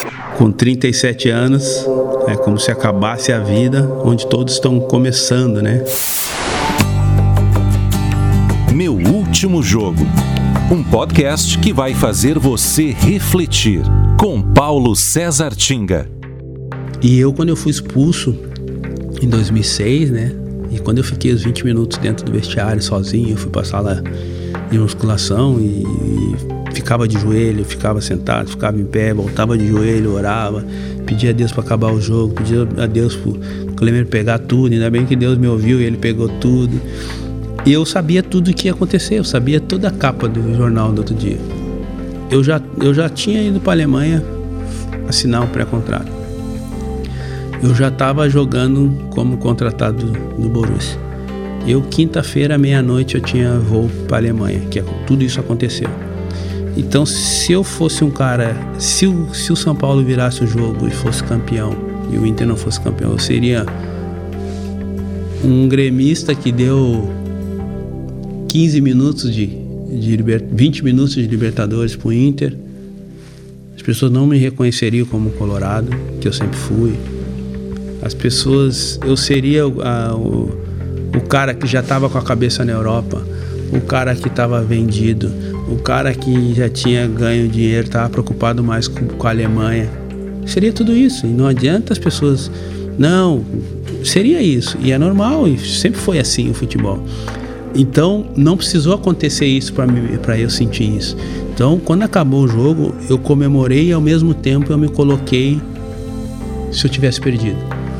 Com 37 anos, é como se acabasse a vida, onde todos estão começando, né? Meu Último Jogo. Um podcast que vai fazer você refletir. Com Paulo César Tinga. E eu, quando eu fui expulso, em 2006, né? E quando eu fiquei os 20 minutos dentro do vestiário sozinho, eu fui pra sala de musculação e ficava de joelho, ficava sentado, ficava em pé, voltava de joelho, orava, pedia a Deus para acabar o jogo, pedia a Deus pro Clemer pegar tudo. Ainda bem que Deus me ouviu e ele pegou tudo. E eu sabia tudo o que ia acontecer, eu sabia toda a capa do jornal do outro dia. Eu já tinha ido para a Alemanha assinar um pré-contrato. Eu já estava jogando como contratado no Borussia. Quinta-feira, meia-noite, eu tinha voo para a Alemanha, tudo isso aconteceu. Então, se eu fosse um cara, se o São Paulo virasse o jogo e fosse campeão, e o Inter não fosse campeão, eu seria um gremista que deu 15 minutos 20 minutos de Libertadores pro Inter. As pessoas não me reconheceriam como colorado, que eu sempre fui. As pessoas, eu seria o cara que já estava com a cabeça na Europa, o cara que estava vendido, o cara que já tinha ganho dinheiro, estava preocupado mais com a Alemanha. Seria tudo isso, e não adianta as pessoas... Não, seria isso, e é normal, e sempre foi assim o futebol. Então, não precisou acontecer isso para eu sentir isso. Então, quando acabou o jogo, eu comemorei e ao mesmo tempo eu me coloquei se eu tivesse perdido.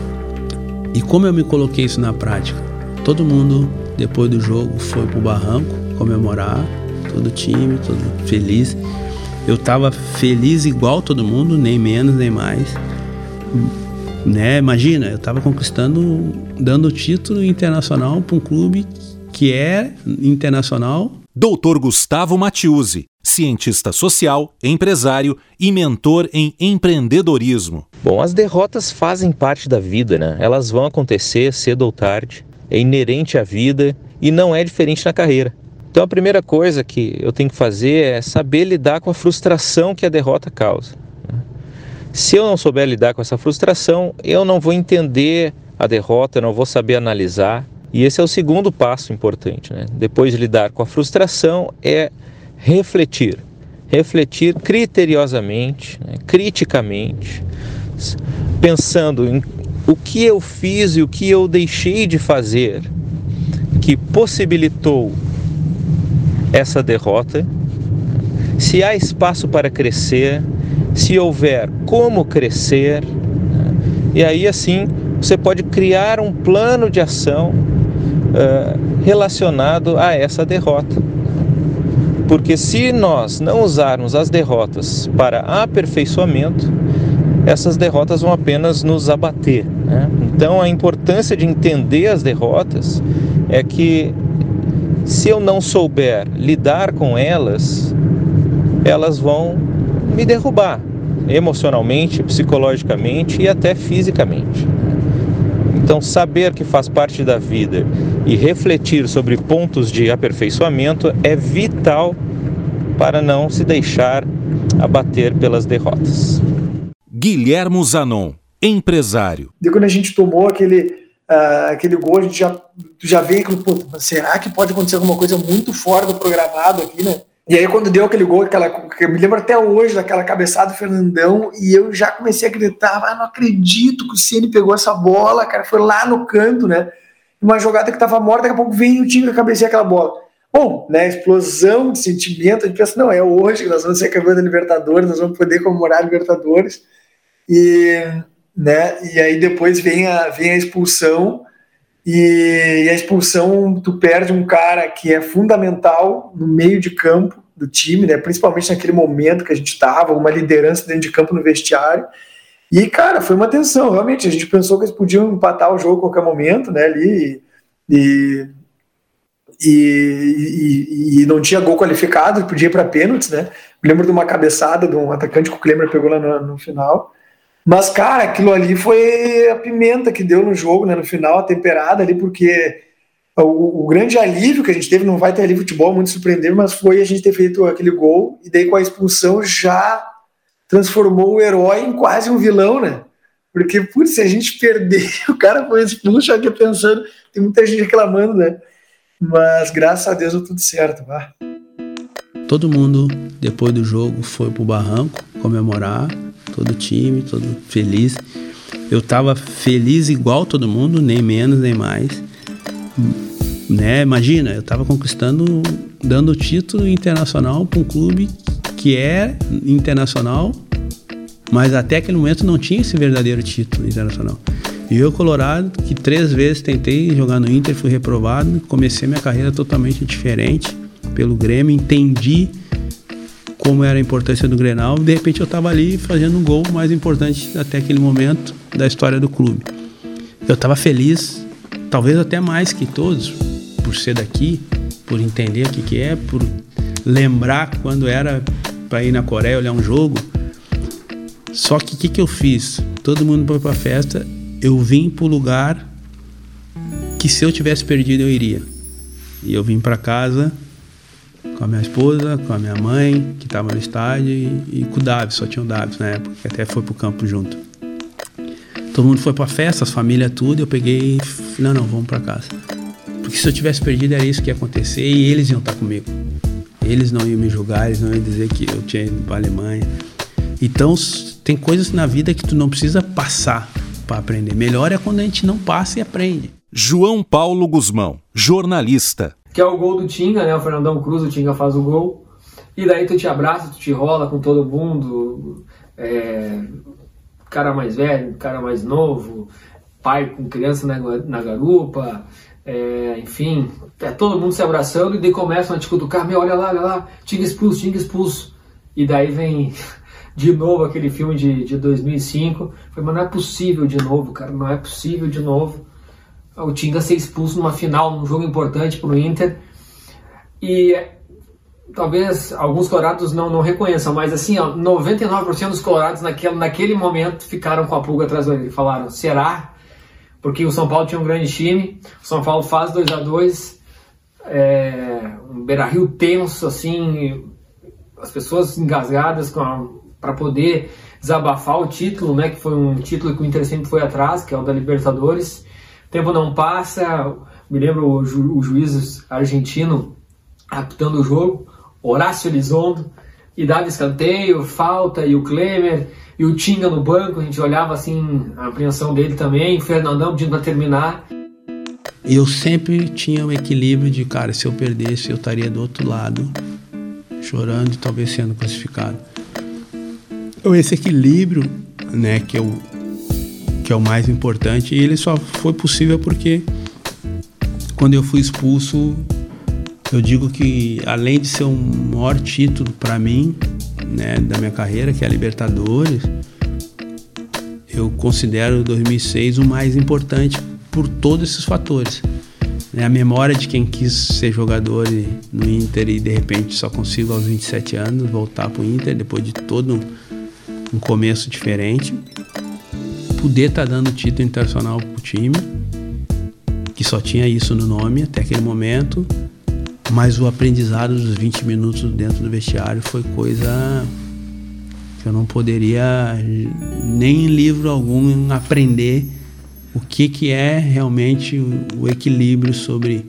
E como eu me coloquei isso na prática? Todo mundo, depois do jogo, foi pro barranco comemorar, todo o time, todo feliz. Eu estava feliz igual todo mundo, nem menos, nem mais. Né? Imagina, eu estava conquistando, dando título internacional para um clube que é internacional. Dr. Gustavo Mattiusi, cientista social, empresário e mentor em empreendedorismo. Bom, as derrotas fazem parte da vida, né? Elas vão acontecer cedo ou tarde, é inerente à vida e não é diferente na carreira. Então a primeira coisa que eu tenho que fazer é saber lidar com a frustração que a derrota causa. Se eu não souber lidar com essa frustração, eu não vou entender a derrota, eu não vou saber analisar. E esse é o segundo passo importante, né? Depois de lidar com a frustração, é refletir. Refletir criteriosamente, né? Criticamente, pensando em o que eu fiz e o que eu deixei de fazer que possibilitou essa derrota, se há espaço para crescer, se houver como crescer, né? E aí assim você pode criar um plano de ação relacionado a essa derrota. Porque se nós não usarmos as derrotas para aperfeiçoamento, essas derrotas vão apenas nos abater, né? Então a importância de entender as derrotas é que se eu não souber lidar com elas, elas vão me derrubar emocionalmente, psicologicamente e até fisicamente. Então, saber que faz parte da vida e refletir sobre pontos de aperfeiçoamento é vital para não se deixar abater pelas derrotas. Guilhermo Zanon, empresário. E quando a gente tomou aquele gol, a gente já vê aquilo, será que pode acontecer alguma coisa muito fora do programado aqui, né? E aí quando deu aquele gol, eu me lembro até hoje daquela cabeçada do Fernandão, e eu já comecei a gritar, não acredito que o Ceni pegou essa bola, cara, foi lá no canto, né? Uma jogada que estava morta, daqui a pouco vem o time que cabeceia aquela bola. Bom, né, explosão de sentimento, a gente pensa, não, é hoje que nós vamos ser campeão da Libertadores, nós vamos poder comemorar a Libertadores, e aí depois vem a expulsão, e a expulsão, tu perde um cara que é fundamental no meio de campo do time, né? Principalmente naquele momento que a gente estava, uma liderança dentro de campo no vestiário. E, cara, foi uma tensão, realmente. A gente pensou que eles podiam empatar o jogo a qualquer momento, né? Ali, e não tinha gol qualificado, podia ir para pênaltis, né? Me lembro de uma cabeçada de um atacante que o Klemer pegou lá no final. Mas, cara, aquilo ali foi a pimenta que deu no jogo, né, no final, a temperada ali, porque o grande alívio que a gente teve, não vai ter alívio de futebol, muito surpreendente, mas foi a gente ter feito aquele gol, e daí com a expulsão já transformou o herói em quase um vilão, né? Porque, putz, se a gente perder, o cara foi expulso, já que pensando, tem muita gente reclamando, né? Mas graças a Deus deu tudo certo, vá. Todo mundo, depois do jogo, foi pro barranco comemorar, todo o time, todo feliz. Eu tava feliz igual todo mundo, nem menos, nem mais. Né? Imagina, eu tava conquistando, dando o título internacional para um clube que é internacional, mas até aquele momento não tinha esse verdadeiro título internacional. E eu, colorado, que 3 vezes tentei jogar no Inter, fui reprovado, comecei minha carreira totalmente diferente pelo Grêmio, entendi como era a importância do Grenal, de repente eu estava ali fazendo um gol mais importante até aquele momento da história do clube. Eu estava feliz, talvez até mais que todos, por ser daqui, por entender o que é, por lembrar quando era para ir na Coreia olhar um jogo. Só que o que eu fiz? Todo mundo foi para a festa, eu vim para o lugar que se eu tivesse perdido eu iria. E eu vim para casa com a minha esposa, com a minha mãe, que estava no estádio, e com o Davis, só tinha o Davis na época, que até foi pro campo junto. Todo mundo foi pra festa, as famílias, tudo, eu peguei e falei, não, vamos pra casa. Porque se eu tivesse perdido era isso que ia acontecer e eles iam estar comigo. Eles não iam me julgar, eles não iam dizer que eu tinha ido pra Alemanha. Então, tem coisas na vida que tu não precisa passar para aprender. Melhor é quando a gente não passa e aprende. João Paulo Guzmão, jornalista. Que é o gol do Tinga, né? O Fernandão Cruz, o Tinga faz o gol. E daí tu te abraça, tu te rola com todo mundo. Cara mais velho, cara mais novo, pai com criança na garupa. Enfim, todo mundo se abraçando e daí começam a te cutucar. Meu, olha lá, Tinga expulso. E daí vem de novo aquele filme de 2005. Falei, mas não é possível de novo, cara, não é possível de novo. O Tinga ser expulso numa final, num jogo importante para o Inter. E talvez alguns colorados não reconheçam, mas assim, 99% dos colorados naquele momento ficaram com a pulga atrás da orelha. Falaram, será? Porque o São Paulo tinha um grande time, o São Paulo faz 2-2, um Beira-Rio tenso, assim, as pessoas engasgadas para poder desabafar o título, né, que foi um título que o Inter sempre foi atrás, que é o da Libertadores. O tempo não passa, me lembro o juiz argentino apitando o jogo, Horácio Elizondo, e dava escanteio, falta, e o Klemer, e o Tinga no banco, a gente olhava assim, a apreensão dele também, o Fernandão pedindo para terminar. Eu sempre tinha um equilíbrio de, cara, se eu perdesse, eu estaria do outro lado, chorando e talvez sendo classificado. Então esse equilíbrio, né, que é o mais importante, e ele só foi possível porque quando eu fui expulso, eu digo que além de ser um maior título para mim, né, da minha carreira, que é a Libertadores, eu considero 2006 o mais importante por todos esses fatores. A memória de quem quis ser jogador no Inter e de repente só consigo aos 27 anos voltar para o Inter depois de todo um começo diferente. Poder estar dando título internacional para o time, que só tinha isso no nome até aquele momento, mas o aprendizado dos 20 minutos dentro do vestiário foi coisa que eu não poderia nem em livro algum aprender o que é realmente o equilíbrio sobre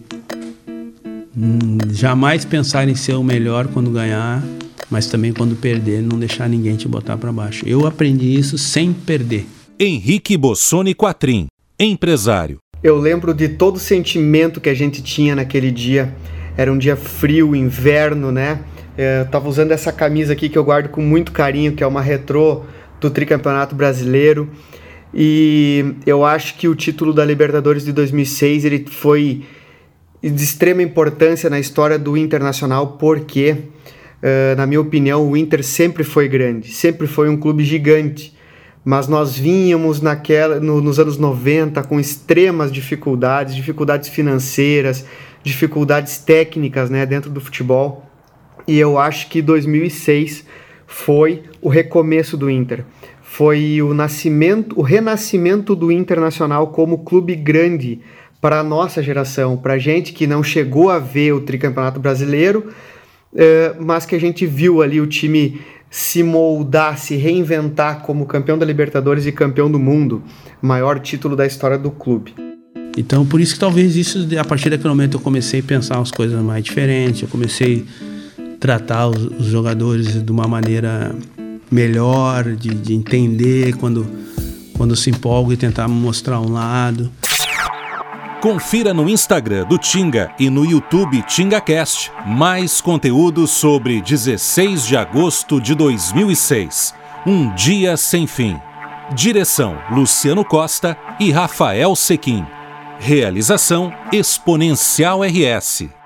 jamais pensar em ser o melhor quando ganhar, mas também quando perder, não deixar ninguém te botar para baixo. Eu aprendi isso sem perder. Henrique Bossoni Quatrim, empresário. Eu lembro de todo o sentimento que a gente tinha naquele dia. Era um dia frio, inverno, né? Eu tava usando essa camisa aqui que eu guardo com muito carinho, que é uma retrô do Tricampeonato Brasileiro. E eu acho que o título da Libertadores de 2006 ele foi de extrema importância na história do Internacional, porque, na minha opinião, o Inter sempre foi grande, sempre foi um clube gigante. Mas nós vínhamos nos anos 90 com extremas dificuldades financeiras, dificuldades técnicas, né, dentro do futebol. E eu acho que 2006 foi o recomeço do Inter. Foi o renascimento do Internacional como clube grande para a nossa geração, para a gente que não chegou a ver o Tricampeonato Brasileiro, mas que a gente viu ali o time se moldar, se reinventar como campeão da Libertadores e campeão do mundo, maior título da história do clube. Então, por isso que talvez isso, a partir daquele momento eu comecei a pensar umas coisas mais diferentes, eu comecei a tratar os jogadores de uma maneira melhor, de entender quando se empolga e tentar mostrar um lado. Confira no Instagram do Tinga e no YouTube TingaCast mais conteúdo sobre 16 de agosto de 2006, um dia sem fim. Direção Luciano Costa e Rafael Sequim. Realização Exponencial RS.